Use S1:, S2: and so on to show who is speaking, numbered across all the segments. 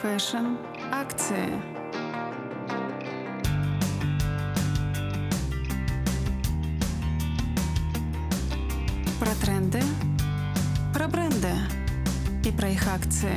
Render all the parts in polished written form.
S1: Фэшн акции. Про тренды, про бренды и про их акции.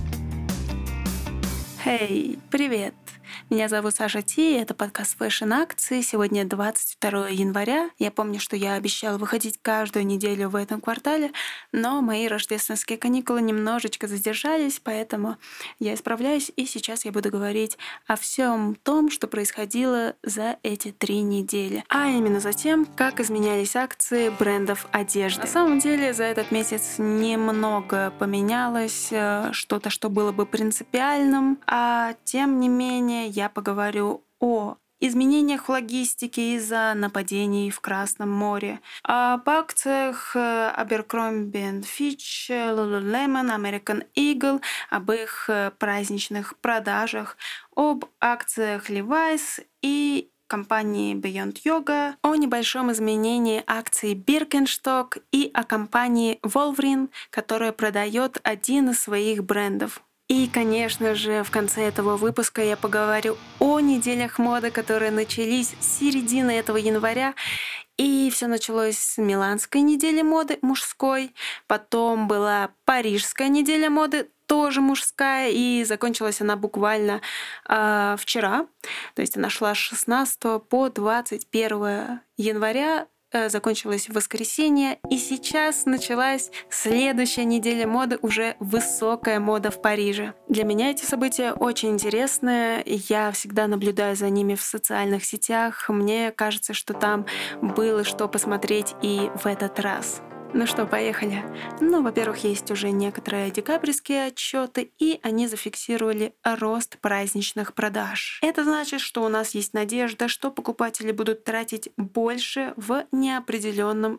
S1: Хей, привет! Меня зовут Саша Ти, это подкаст «Фэшн акции». Сегодня 22 января. Я помню, что я обещала выходить каждую неделю в этом квартале, но мои рождественские каникулы немножечко задержались, поэтому я исправляюсь, и сейчас я буду говорить о всем том, что происходило за эти 3 недели. А именно за тем, как изменялись акции брендов одежды. На самом деле за этот месяц немного поменялось, что-то, что было бы принципиальным, а тем не менее я поговорю о изменениях в логистике из-за нападений в Красном море, об акциях Abercrombie Fitch, Lululemon, American Eagle, об их праздничных продажах, об акциях Levi's и компании Beyond Yoga, о небольшом изменении акций Birkenstock и о компании Wolverine, которая продает один из своих брендов. И, конечно же, в конце этого выпуска я поговорю о неделях моды, которые начались с середины этого января. И все началось с Миланской недели моды мужской, потом была Парижская неделя моды, тоже мужская, и закончилась она буквально вчера. То есть она шла с 16 по 21 января, закончилась в воскресенье, и сейчас началась следующая неделя моды, уже высокая мода в Париже. Для меня эти события очень интересные, я всегда наблюдаю за ними в социальных сетях, мне кажется, что там было что посмотреть и в этот раз. Ну что, поехали. Во-первых, есть уже некоторые декабрьские отчеты, и они зафиксировали рост праздничных продаж. Это значит, что у нас есть надежда, что покупатели будут тратить больше в неопределенном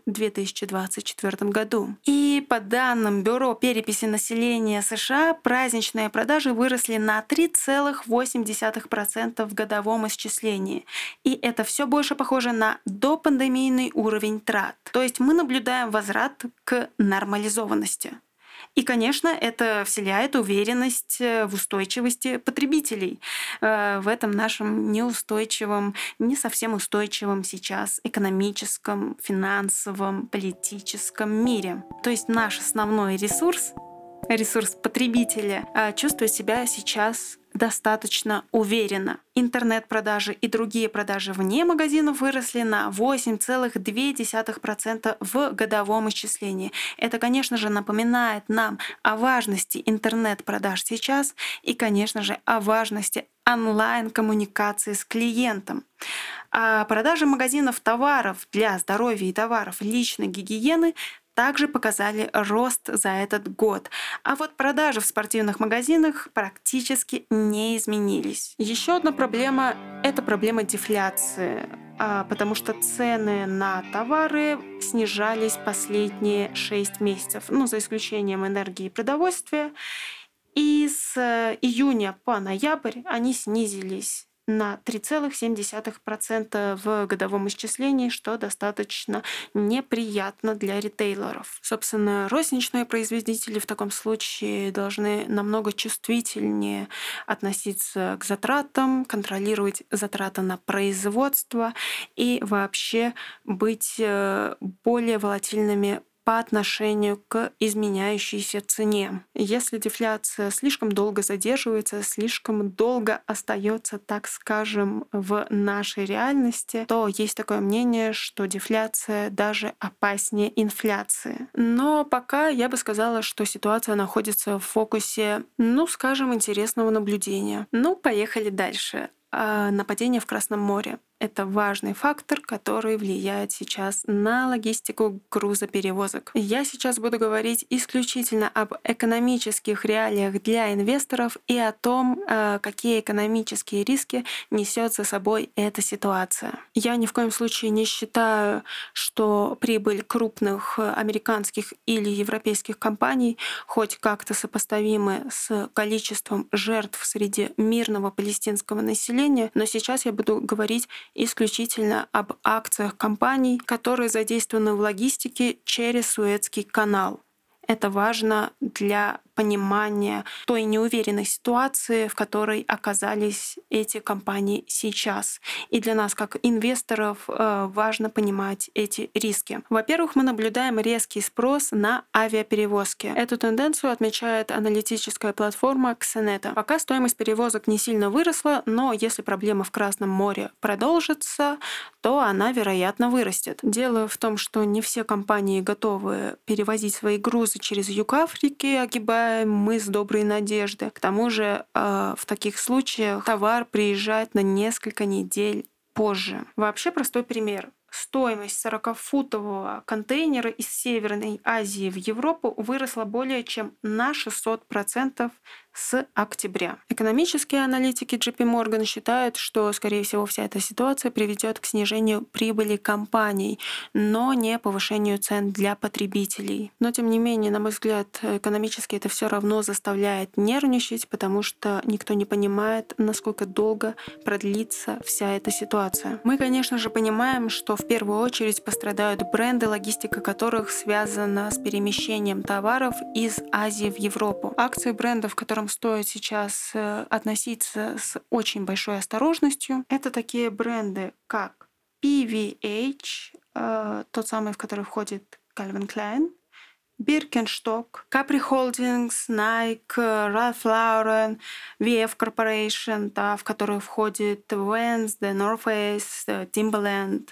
S1: 2024 году. И по данным Бюро переписи населения США, праздничные продажи выросли на 3,8% в годовом исчислении. И это все больше похоже на допандемийный уровень трат. То есть мы наблюдаем возврат к нормализованности. И, конечно, это вселяет уверенность в устойчивости потребителей в этом нашем неустойчивом, не совсем устойчивом сейчас экономическом, финансовом, политическом мире. То есть наш основной ресурс потребителя, чувствует себя сейчас достаточно уверенно. Интернет-продажи и другие продажи вне магазинов выросли на 8,2% в годовом исчислении. Это, конечно же, напоминает нам о важности интернет-продаж сейчас и, конечно же, о важности онлайн-коммуникации с клиентом. А продажи магазинов товаров для здоровья и товаров личной гигиены также показали рост за этот год. А вот продажи в спортивных магазинах практически не изменились. Еще одна проблема – это проблема дефляции, потому что цены на товары снижались последние 6 месяцев, за исключением энергии и продовольствия. И с июня по ноябрь они снизились на 3,7% в годовом исчислении, что достаточно неприятно для ритейлеров. Собственно, розничные производители в таком случае должны намного чувствительнее относиться к затратам, контролировать затраты на производство и вообще быть более волатильными по отношению к изменяющейся цене. Если дефляция слишком долго задерживается, слишком долго остается, так скажем, в нашей реальности, то есть такое мнение, что дефляция даже опаснее инфляции. Но пока я бы сказала, что ситуация находится в фокусе, интересного наблюдения. Поехали дальше. Нападение в Красном море. Это важный фактор, который влияет сейчас на логистику грузоперевозок. Я сейчас буду говорить исключительно об экономических реалиях для инвесторов и о том, какие экономические риски несет за собой эта ситуация. Я ни в коем случае не считаю, что прибыль крупных американских или европейских компаний хоть как-то сопоставимы с количеством жертв среди мирного палестинского населения, но сейчас я буду говорить исключительно об акциях компаний, которые задействованы в логистике через Суэцкий канал. Это важно для понимания той неуверенной ситуации, в которой оказались эти компании сейчас. И для нас, как инвесторов, важно понимать эти риски. Во-первых, мы наблюдаем резкий спрос на авиаперевозки. Эту тенденцию отмечает аналитическая платформа Xeneta. Пока стоимость перевозок не сильно выросла, но если проблема в Красном море продолжится, то она, вероятно, вырастет. Дело в том, что не все компании готовы перевозить свои грузы через юг Африки, огибая мыс Доброй Надежды. К тому же в таких случаях товар приезжает на несколько недель позже. Вообще простой пример. Стоимость 40-футового контейнера из Северной Азии в Европу выросла более чем на 600% с октября. Экономические аналитики JP Morgan считают, что, скорее всего, вся эта ситуация приведет к снижению прибыли компаний, но не повышению цен для потребителей. Но, тем не менее, на мой взгляд, экономически это все равно заставляет нервничать, потому что никто не понимает, насколько долго продлится вся эта ситуация. Мы, конечно же, понимаем, что в первую очередь пострадают бренды, логистика которых связана с перемещением товаров из Азии в Европу. Акции брендов, к которым стоит сейчас относиться с очень большой осторожностью, это такие бренды, как PVH, тот самый, в который входит Calvin Klein, Birkenstock, Capri Holdings, Nike, Ralph Lauren, VF Corporation, да, в которую входит Vans, The North Face, Timberland,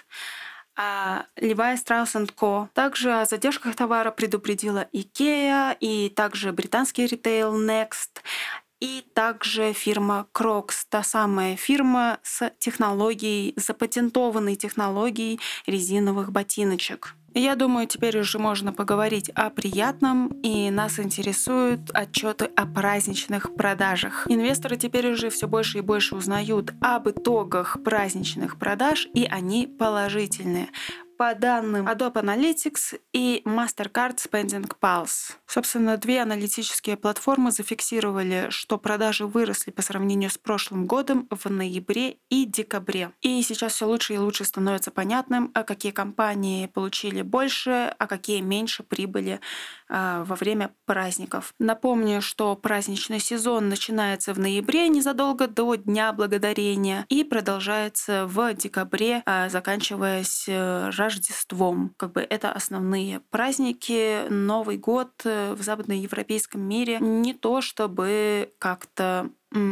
S1: Levi Strauss & Co. Также о задержках товара предупредила IKEA и также британский ритейл Next, и также фирма Crocs, та самая фирма с технологией, запатентованной технологией резиновых ботиночек. Я думаю, теперь уже можно поговорить о приятном, и нас интересуют отчеты о праздничных продажах. Инвесторы теперь уже все больше и больше узнают об итогах праздничных продаж, и они положительные. По данным Adobe Analytics и Mastercard Spending Pulse. Собственно, две аналитические платформы зафиксировали, что продажи выросли по сравнению с прошлым годом в ноябре и декабре. И сейчас все лучше и лучше становится понятным, какие компании получили больше, а какие меньше прибыли во время праздников. Напомню, что праздничный сезон начинается в ноябре, незадолго до Дня Благодарения, и продолжается в декабре, заканчиваясь Рождеством. Это основные праздники. Новый год в западноевропейском мире не то чтобы как-то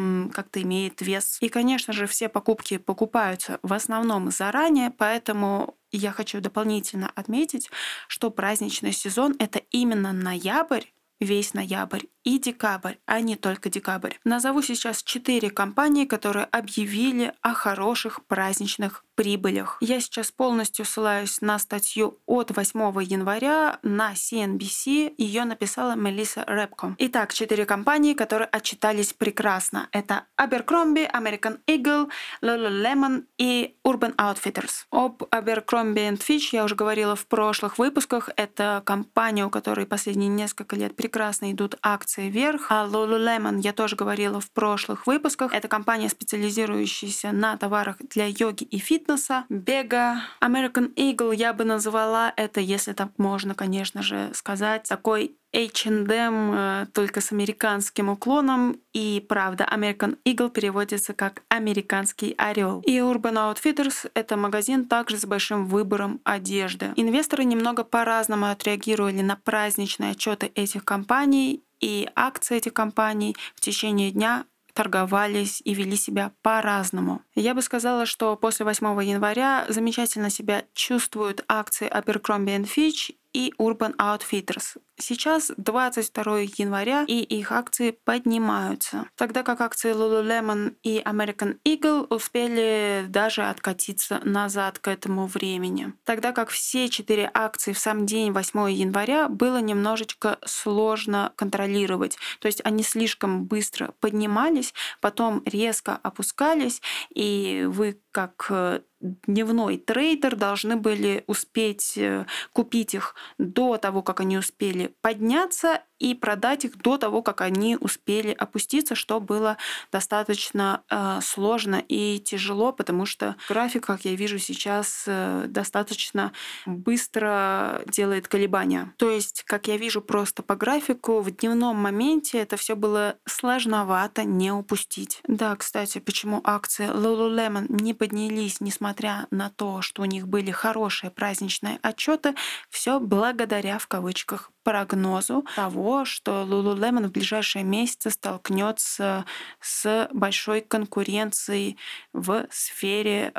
S1: имеет вес. И, конечно же, все покупки покупаются в основном заранее, поэтому я хочу дополнительно отметить, что праздничный сезон — это именно ноябрь, весь ноябрь и декабрь, а не только декабрь. Назову сейчас 4 компании, которые объявили о хороших праздничных прибылях. Я сейчас полностью ссылаюсь на статью от 8 января на CNBC. Ее написала Мелисса Репко. Итак, 4 компании, которые отчитались прекрасно. Это Abercrombie, American Eagle, Lululemon и Urban Outfitters. Об Abercrombie Fitch я уже говорила в прошлых выпусках. Это компания, у которой последние несколько лет прекрасно идут акции вверх. А Lululemon я тоже говорила в прошлых выпусках. Это компания, специализирующаяся на товарах для йоги и фитнеса, бега. American Eagle я бы назвала это, если так можно, конечно же, сказать, такой H&M, только с американским уклоном. И правда, American Eagle переводится как «американский орел». И Urban Outfitters — это магазин также с большим выбором одежды. Инвесторы немного по-разному отреагировали на праздничные отчеты этих компаний, и акции этих компаний в течение дня торговались и вели себя по-разному. Я бы сказала, что после 8 января замечательно себя чувствуют акции Abercrombie Fitch и Urban Outfitters. Сейчас 22 января, и их акции поднимаются, тогда как акции Lululemon и American Eagle успели даже откатиться назад к этому времени. Тогда как все 4 акции в сам день 8 января было немножечко сложно контролировать. То есть они слишком быстро поднимались, потом резко опускались, и вы как дневной трейдер должны были успеть купить их до того, как они успели подняться, и продать их до того, как они успели опуститься, что было достаточно сложно и тяжело, потому что график, как я вижу сейчас, достаточно быстро делает колебания. То есть, как я вижу просто по графику, в дневном моменте это все было сложновато не упустить. Да, кстати, почему акции Lululemon не поднялись, несмотря на то, что у них были хорошие праздничные отчеты, все благодаря, в кавычках, прогнозу того, что Lululemon в ближайшие месяцы столкнется с большой конкуренцией в сфере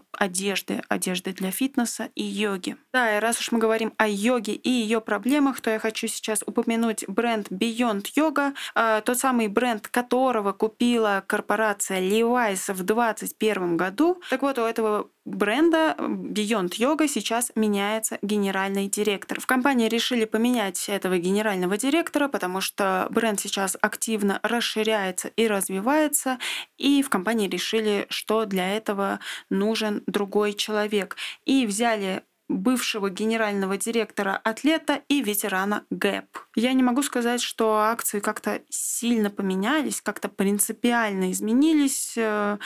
S1: одежды для фитнеса и йоги. Да, и раз уж мы говорим о йоге и ее проблемах, то я хочу сейчас упомянуть бренд Beyond Yoga, тот самый бренд, которого купила корпорация Levi's в 2021 году. Так вот, у этого бренда Beyond Yoga сейчас меняется генеральный директор. В компании решили поменять этого генерального директора, потому что бренд сейчас активно расширяется и развивается, и в компании решили, что для этого нужен другой человек. И взяли бывшего генерального директора Атлета и ветерана Gap. Я не могу сказать, что акции как-то сильно поменялись, как-то принципиально изменились.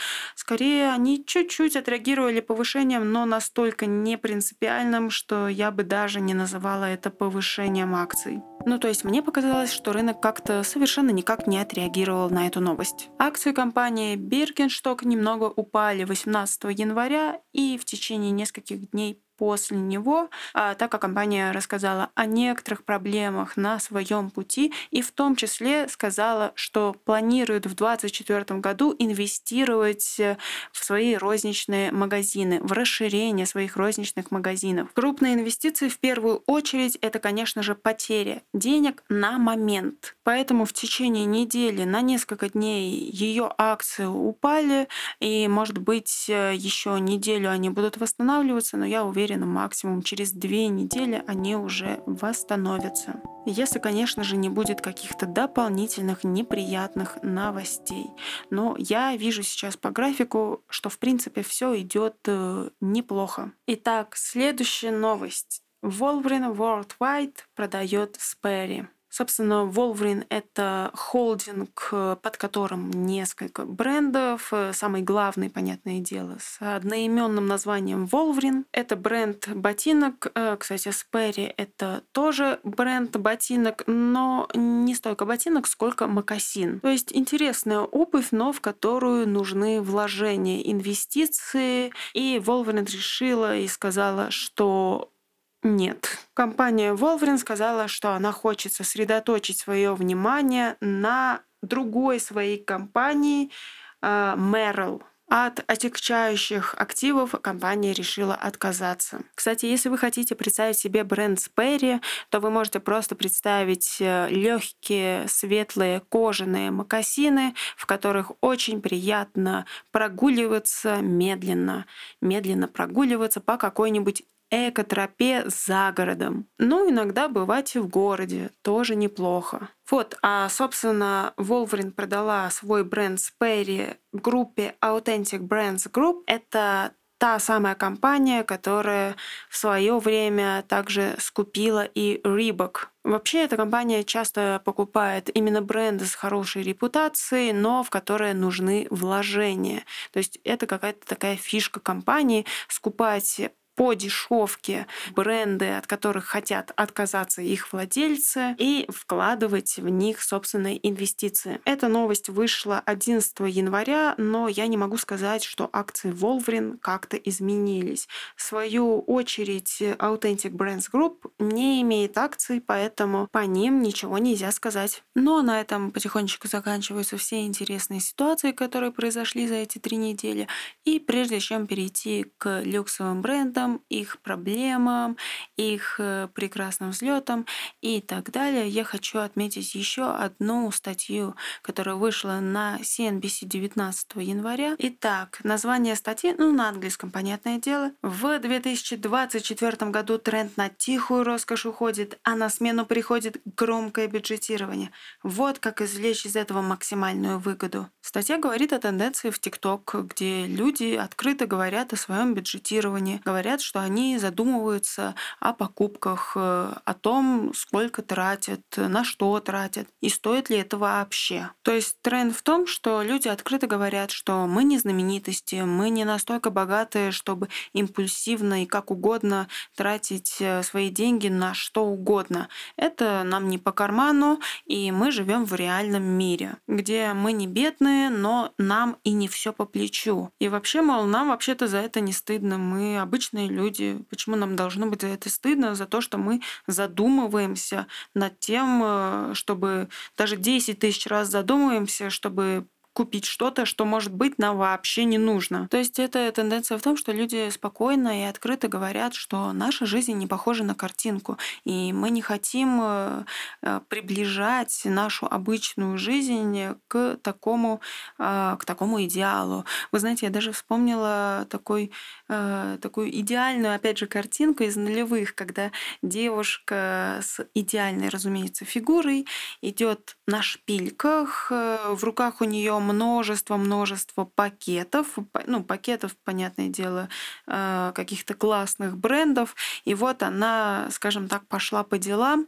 S1: Скорее, они чуть-чуть отреагировали повышением, но настолько не принципиальным, что я бы даже не называла это повышением акций. Ну, то есть мне показалось, что рынок как-то совершенно никак не отреагировал на эту новость. Акции компании Birkenstock немного упали 18 января и в течение нескольких дней после него, так как компания рассказала о некоторых проблемах на своем пути и в том числе сказала, что планирует в 2024 году инвестировать в свои розничные магазины, в расширение своих розничных магазинов. Крупные инвестиции в первую очередь это, конечно же, потеря денег на момент. Поэтому в течение недели на несколько дней ее акции упали, и, может быть, еще неделю они будут восстанавливаться, но я уверена, максимум через 2 недели они уже восстановятся. Если, конечно же, не будет каких-то дополнительных неприятных новостей. Но я вижу сейчас по графику, что в принципе все идет неплохо. Итак, следующая новость. Wolverine Worldwide продает Sperry. Собственно, Wolverine — это холдинг, под которым несколько брендов. Самый главный, понятное дело, с одноименным названием Wolverine. Это бренд ботинок. Кстати, Sperry — это тоже бренд ботинок, но не столько ботинок, сколько мокасин. То есть интересная обувь, но в которую нужны вложения, инвестиции. И Wolverine решила и сказала, что нет. Компания Wolverine сказала, что она хочет сосредоточить свое внимание на другой своей компании Merrell. От отягчающих активов компания решила отказаться. Кстати, если вы хотите представить себе бренд Sperry, то вы можете просто представить легкие, светлые кожаные мокасины, в которых очень приятно прогуливаться медленно прогуливаться по какой-нибудь экотропе за городом. Ну, иногда бывать и в городе, тоже неплохо. Вот, собственно, Wolverine продала свой бренд Sperry группе Authentic Brands Group. Это та самая компания, которая в свое время также скупила и Reebok. Вообще, эта компания часто покупает именно бренды с хорошей репутацией, но в которые нужны вложения. То есть это какая-то такая фишка компании — скупать по дешевке бренды, от которых хотят отказаться их владельцы, и вкладывать в них собственные инвестиции. Эта новость вышла 11 января, но я не могу сказать, что акции Wolverine как-то изменились. В свою очередь, Authentic Brands Group не имеет акций, поэтому по ним ничего нельзя сказать. Но на этом потихонечку заканчиваются все интересные ситуации, которые произошли за эти 3 недели. И прежде чем перейти к люксовым брендам, их проблемам, их прекрасным взлетам и так далее, я хочу отметить еще одну статью, которая вышла на CNBC 19 января. Итак, название статьи, на английском, понятное дело. В 2024 году тренд на тихую роскошь уходит, а на смену приходит громкое бюджетирование. Вот как извлечь из этого максимальную выгоду. Статья говорит о тенденции в ТикТок, где люди открыто говорят о своем бюджетировании, говорят, что они задумываются о покупках, о том, сколько тратят, на что тратят и стоит ли это вообще. То есть тренд в том, что люди открыто говорят, что мы не знаменитости, мы не настолько богатые, чтобы импульсивно и как угодно тратить свои деньги на что угодно. Это нам не по карману, и мы живем в реальном мире, где мы не бедные, но нам и не все по плечу. И вообще, мол, нам вообще-то за это не стыдно. Мы обычные люди. Почему нам должно быть за это стыдно? За то, что мы задумываемся над тем, чтобы даже 10 тысяч раз задумываемся, чтобы купить что-то, что, может быть, нам вообще не нужно. То есть это тенденция в том, что люди спокойно и открыто говорят, что наша жизнь не похожа на картинку, и мы не хотим приближать нашу обычную жизнь к такому идеалу. Вы знаете, я даже вспомнила такую идеальную, опять же, картинку из нулевых, когда девушка с идеальной, разумеется, фигурой идет на шпильках, в руках у нее множество пакетов, пакетов, понятное дело, каких-то классных брендов, и вот она, скажем так, пошла по делам,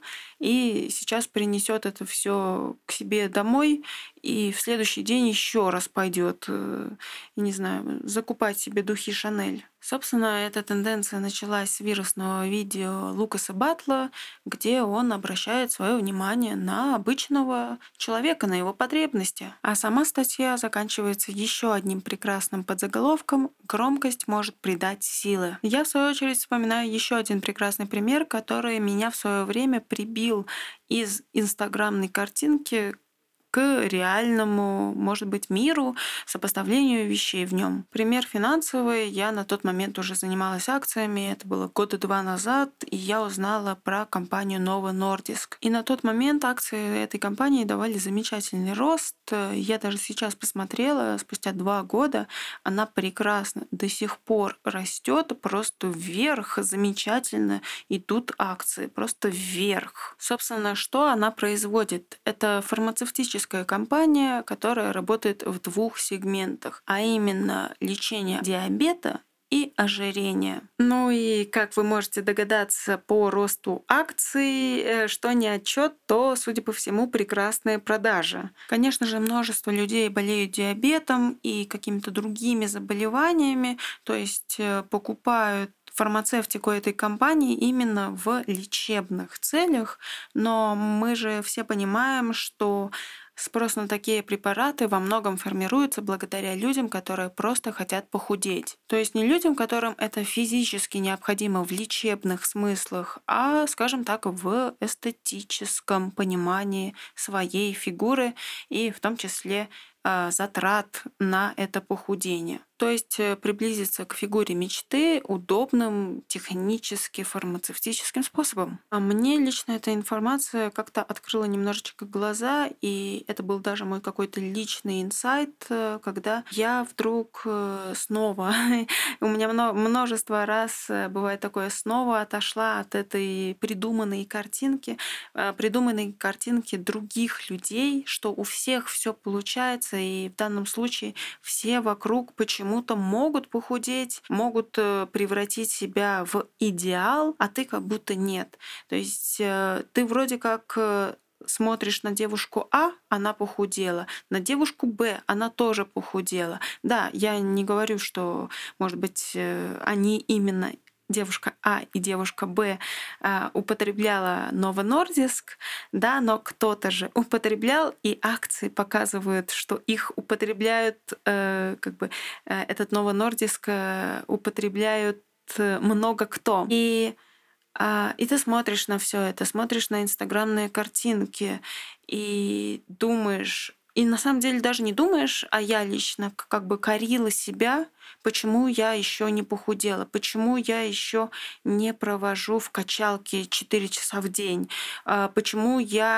S1: и сейчас принесет это все к себе домой, и в следующий день еще раз пойдет, не знаю, закупать себе духи Шанель. Собственно, эта тенденция началась с вирусного видео Лукаса Батла, где он обращает свое внимание на обычного человека, на его потребности. А сама статья заканчивается еще одним прекрасным подзаголовком «Громкость может придать силы». Я, в свою очередь, вспоминаю еще один прекрасный пример, который меня в свое время прибил из инстаграмной картинки к реальному, может быть, миру, сопоставлению вещей в нем. Пример финансовый. Я на тот момент уже занималась акциями. Это было года 2 назад, и я узнала про компанию Novo Nordisk. И на тот момент акции этой компании давали замечательный рост. Я даже сейчас посмотрела, спустя 2 года она прекрасно до сих пор растет, просто вверх, замечательно идут акции, просто вверх. Собственно, что она производит? Это фармацевтическая компания, которая работает в 2 сегментах, а именно лечение диабета и ожирения. Ну и, как вы можете догадаться, по росту акций, что не отчет, то, судя по всему, прекрасные продажи. Конечно же, множество людей болеют диабетом и какими-то другими заболеваниями, то есть покупают фармацевтику этой компании именно в лечебных целях, но мы же все понимаем, что спрос на такие препараты во многом формируется благодаря людям, которые просто хотят похудеть. То есть не людям, которым это физически необходимо в лечебных смыслах, а, скажем так, в эстетическом понимании своей фигуры и в том числе затрат на это похудение. То есть приблизиться к фигуре мечты удобным технически фармацевтическим способом. А мне лично эта информация как-то открыла немножечко глаза, и это был даже мой какой-то личный инсайт, когда я вдруг снова, у меня множество раз бывает такое, снова отошла от этой придуманной картинки других людей, что у всех все получается, и в данном случае все вокруг почему-то могут похудеть, могут превратить себя в идеал, а ты как будто нет. То есть ты вроде как смотришь на девушку А, она похудела, на девушку Б, она тоже похудела. Да, я не говорю, что, может быть, они именно девушка А и девушка Б употребляла Novo Nordisk, да, но кто-то же употреблял, и акции показывают, что их употребляют, этот Novo Nordisk употребляют много кто. И ты смотришь на все это, смотришь на инстаграмные картинки и думаешь, и на самом деле даже не думаешь, а я лично как бы корила себя, почему я еще не похудела, почему я еще не провожу в качалке 4 часа в день, почему я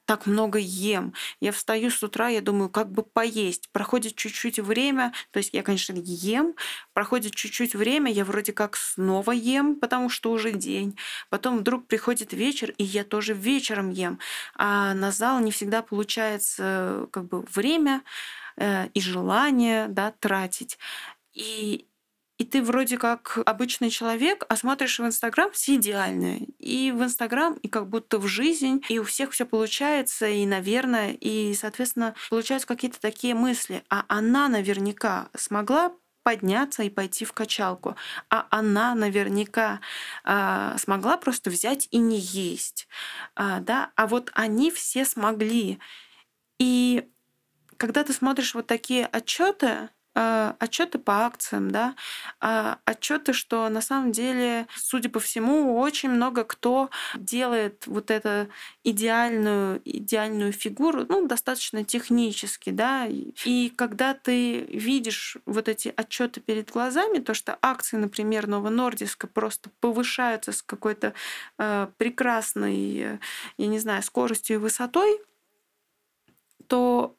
S1: так много ем. Я встаю с утра, я думаю, как бы поесть. Проходит чуть-чуть время, то есть я, конечно, ем, проходит чуть-чуть время, я вроде как снова ем, потому что уже день. Потом вдруг приходит вечер, и я тоже вечером ем. А на зал не всегда получается как бы время и желание, да, тратить. И и ты вроде как обычный человек, а смотришь в Инстаграм, все идеальные. И в Инстаграм, и как будто в жизнь, и у всех все получается, и, наверное, и, соответственно, получаются какие-то такие мысли. А она наверняка смогла подняться и пойти в качалку. А она наверняка смогла просто взять и не есть. Да? А вот они все смогли. И когда ты смотришь вот такие отчеты, отчеты по акциям, да, отчеты, что на самом деле, судя по всему, очень много кто делает вот эту идеальную фигуру, ну, достаточно технически, да, и когда ты видишь вот эти отчеты перед глазами, то, что акции, например, Novo Nordisk просто повышаются с какой-то прекрасной, я не знаю, скоростью и высотой, то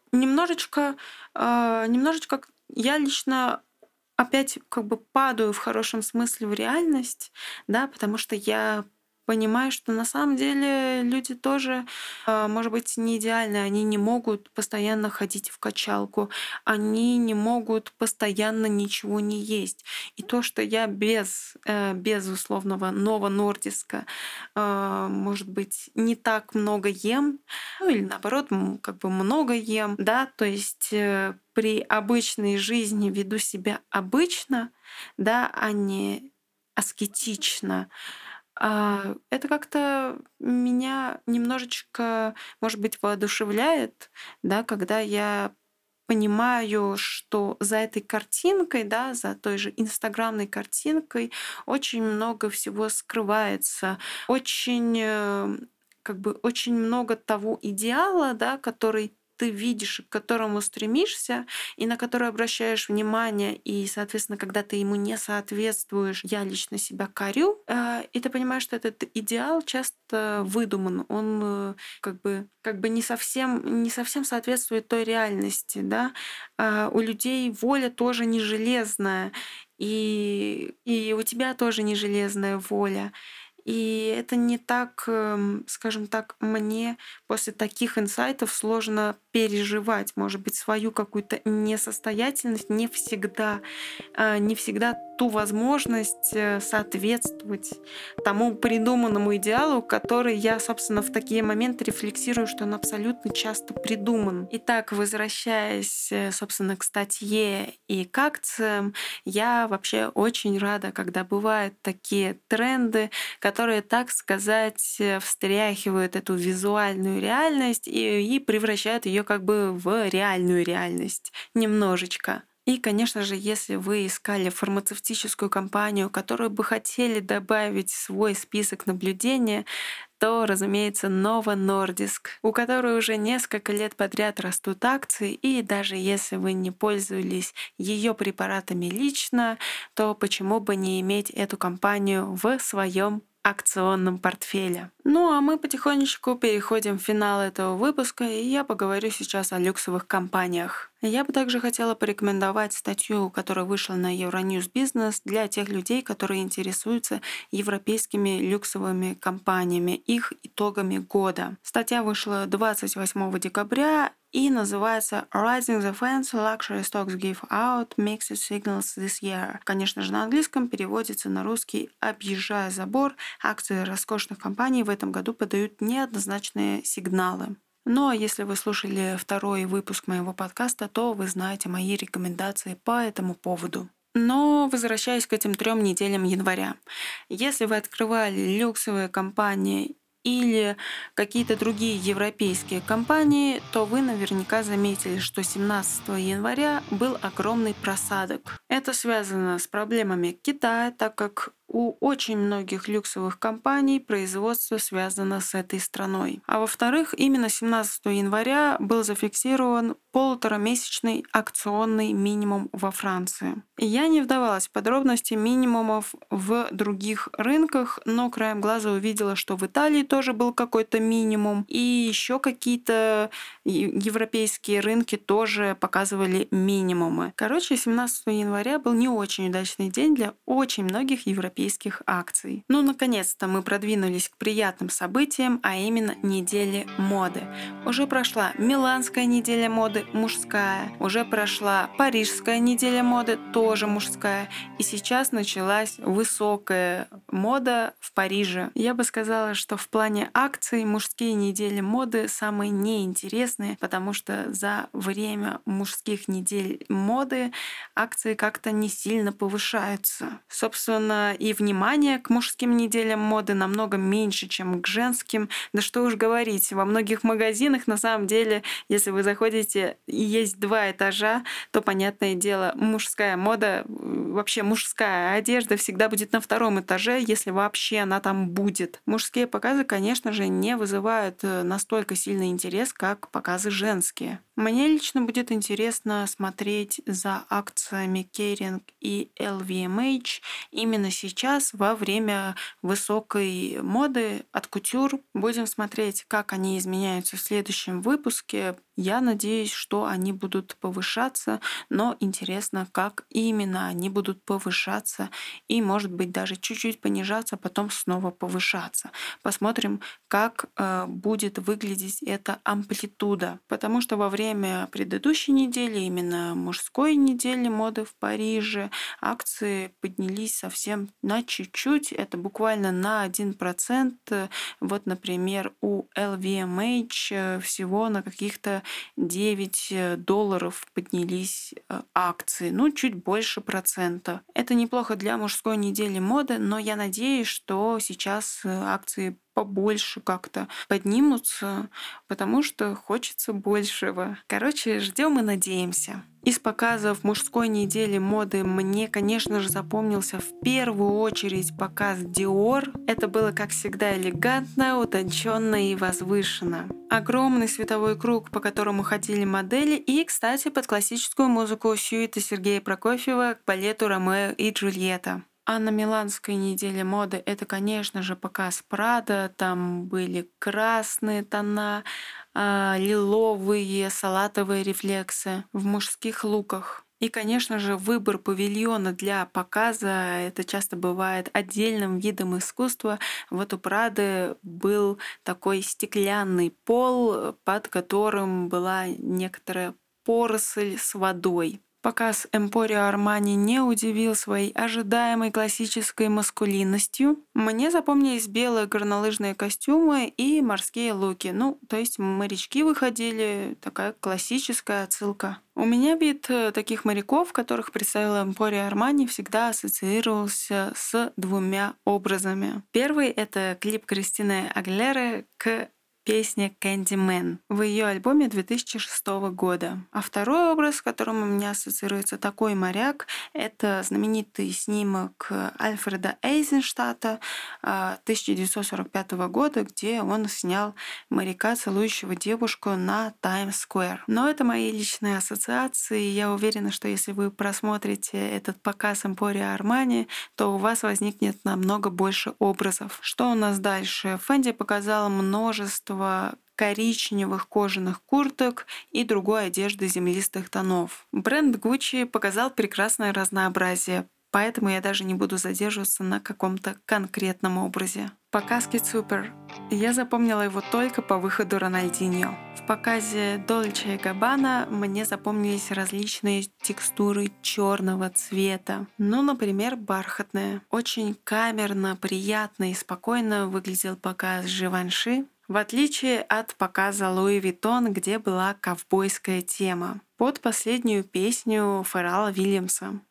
S1: немножечко я лично опять как бы падаю в хорошем смысле в реальность, да, потому что я понимаю, что на самом деле люди тоже, может быть, не идеальны, они не могут постоянно ходить в качалку, они не могут постоянно ничего не есть. И то, что я без условного Novo Nordisk, может быть, не так много ем, ну или наоборот, как бы много ем, да, то есть при обычной жизни веду себя обычно, да, а не аскетично. Это как-то меня немножечко, может быть, воодушевляет, да, когда я понимаю, что за этой картинкой, да, за той же инстаграмной картинкой очень много всего скрывается, очень как бы очень много того идеала, да, который ты видишь, и к которому стремишься, и на который обращаешь внимание, и, соответственно, когда ты ему не соответствуешь, я лично себя корю, и ты понимаешь, что этот идеал часто выдуман, он как бы не совсем соответствует той реальности, да. У людей воля тоже не железная, и у тебя тоже не железная воля. И это не так, скажем так, мне после таких инсайтов сложно переживать, может быть, свою какую-то несостоятельность, не всегда ту возможность соответствовать тому придуманному идеалу, который я, собственно, в такие моменты рефлексирую, что он абсолютно часто придуман. Итак, возвращаясь, собственно, к статье и к акциям, я вообще очень рада, когда бывают такие тренды, которые, так сказать, встряхивают эту визуальную реальность и превращают ее как бы в реальную реальность немножечко. И, конечно же, если вы искали фармацевтическую компанию, которую бы хотели добавить в свой список наблюдения, то, разумеется, Novo Nordisk, у которой уже несколько лет подряд растут акции, и даже если вы не пользовались ее препаратами лично, то почему бы не иметь эту компанию в своем акционном портфеле. Ну а мы потихонечку переходим в финал этого выпуска, и я поговорю сейчас о люксовых компаниях. Я бы также хотела порекомендовать статью, которая вышла на Euronews Business для тех людей, которые интересуются европейскими люксовыми компаниями, их итогами года. Статья вышла 28 декабря и называется «Rising the Fence: Luxury Stocks Give Out Mixed Signals This Year». Конечно же, на английском переводится на русский «Объезжая забор, акции роскошных компаний в этом году подают неоднозначные сигналы». Ну а если вы слушали второй выпуск моего подкаста, то вы знаете мои рекомендации по этому поводу. Но возвращаясь к этим 3 неделям января. Если вы открывали люксовые компании или какие-то другие европейские компании, то вы наверняка заметили, что 17 января был огромный просадок. Это связано с проблемами Китая, так как у очень многих люксовых компаний производство связано с этой страной. А во-вторых, именно 17 января был зафиксирован полуторамесячный акционный минимум во Франции. Я не вдавалась в подробности минимумов в других рынках, но краем глаза увидела, что в Италии тоже был какой-то минимум, и еще какие-то европейские рынки тоже показывали минимумы. Короче, 17 января был не очень удачный день для очень многих европейских акций. Ну, наконец-то мы продвинулись к приятным событиям, а именно неделе моды. Уже прошла Миланская неделя моды, мужская. Уже прошла Парижская неделя моды, тоже мужская. И сейчас началась высокая мода в Париже. Я бы сказала, что в плане акций мужские недели моды самые неинтересные, потому что за время мужских недель моды акции как-то не сильно повышаются. Собственно, и внимание к мужским неделям моды намного меньше, чем к женским. Да что уж говорить, во многих магазинах на самом деле, если вы заходите и есть 2 этажа, то, понятное дело, мужская мода, вообще мужская одежда всегда будет на 2 этаже, если вообще она там будет. Мужские показы, конечно же, не вызывают настолько сильный интерес, как показы женские. Мне лично будет интересно смотреть за акциями Kering и LVMH именно сейчас, во время высокой моды от кутюр. Будем смотреть, как они изменяются в следующем выпуске. Я надеюсь, что они будут повышаться, но интересно, как именно они будут повышаться и, может быть, даже чуть-чуть понижаться, потом снова повышаться. Посмотрим, как будет выглядеть эта амплитуда. Потому что во время предыдущей недели, именно мужской недели моды в Париже, акции поднялись совсем на чуть-чуть. Это буквально на 1%. Вот, например, у LVMH всего на каких-то $9 поднялись акции, ну, чуть больше процента. Это неплохо для мужской недели моды, но я надеюсь, что сейчас акции побольше как-то поднимутся, потому что хочется большего. Короче, ждем и надеемся. Из показов мужской недели моды мне, конечно же, запомнился в первую очередь показ Dior. Это было, как всегда, элегантно, утонченно и возвышенно. Огромный световой круг, по которому ходили модели, и, кстати, под классическую музыку сюиты Сергея Прокофьева к балету «Ромео и Джульетта». А на Миланской неделе моды это, конечно же, показ Прада. Там были красные тона, лиловые, салатовые рефлексы в мужских луках. И, конечно же, выбор павильона для показа, это часто бывает отдельным видом искусства. Вот у Прады был такой стеклянный пол, под которым была некоторая поросль с водой. Показ Emporio Armani не удивил своей ожидаемой классической маскулинностью. Мне запомнились белые горнолыжные костюмы и морские луки. Ну, то есть морячки выходили, такая классическая отсылка. У меня вид таких моряков, которых представила Emporio Armani, всегда ассоциировался с 2 образами. Первый — это клип Кристины Агилеры к песня «Candyman» в ее альбоме 2006 года. А второй образ, с которым у меня ассоциируется такой моряк, это знаменитый снимок Альфреда Эйзенштадта 1945 года, где он снял моряка, целующего девушку на Таймс-сквер. Но это мои личные ассоциации, и я уверена, что если вы просмотрите этот показ Emporio Armani, то у вас возникнет намного больше образов. Что у нас дальше? Фенди показала множество коричневых кожаных курток и другой одежды землистых тонов. Бренд Gucci показал прекрасное разнообразие, поэтому я даже не буду задерживаться на каком-то конкретном образе. Показ Kid Super. Я запомнила его только по выходу Рональдиньо. В показе Dolce & Gabbana мне запомнились различные текстуры черного цвета. Ну, например, бархатная. Очень камерно, приятно и спокойно выглядел показ Givenchy, в отличие от показа Louis Vuitton, где была ковбойская тема, под последнюю песню Феррала Вильямса.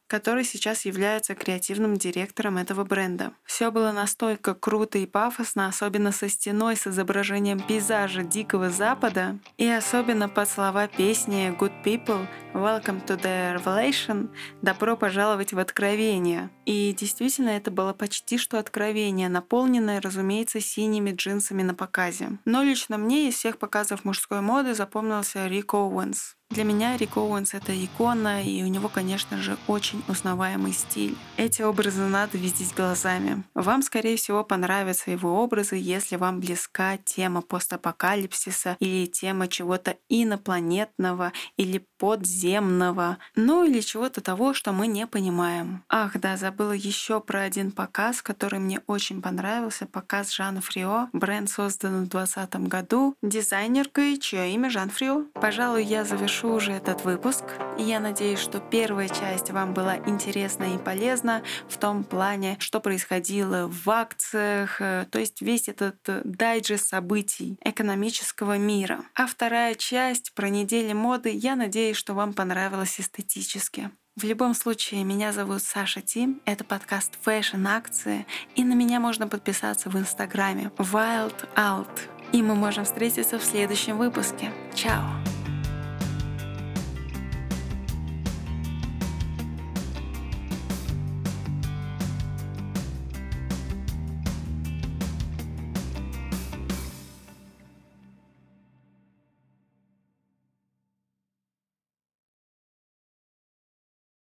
S1: который сейчас является креативным директором этого бренда. Все было настолько круто и пафосно, особенно со стеной с изображением пейзажа Дикого Запада, и особенно под слова песни Good People, Welcome to the Revelation, добро пожаловать в откровение. И действительно, это было почти что откровение, наполненное, разумеется, синими джинсами на показе. Но лично мне из всех показов мужской моды запомнился Рик Оуэнс. Для меня Рик Оуэнс — это икона, и у него, конечно же, очень узнаваемый стиль. Эти образы надо видеть глазами. Вам, скорее всего, понравятся его образы, если вам близка тема постапокалипсиса или тема чего-то инопланетного или подземного, ну или чего-то того, что мы не понимаем. Ах, да, забыла еще про один показ, который мне очень понравился. Показ Жан Фрио. Бренд создан в 2020 году дизайнеркой, чье имя Жан Фрио. Пожалуй, я завершу уже этот выпуск. И я надеюсь, что первая часть вам была интересна и полезна в том плане, что происходило в акциях, то есть весь этот дайджест событий экономического мира. А вторая часть про недели моды, я надеюсь, что вам понравилось эстетически. В любом случае, меня зовут Саша Тим, это подкаст Fashion Акции, и на меня можно подписаться в Инстаграме Wild Out. И мы можем встретиться в следующем выпуске. Чао!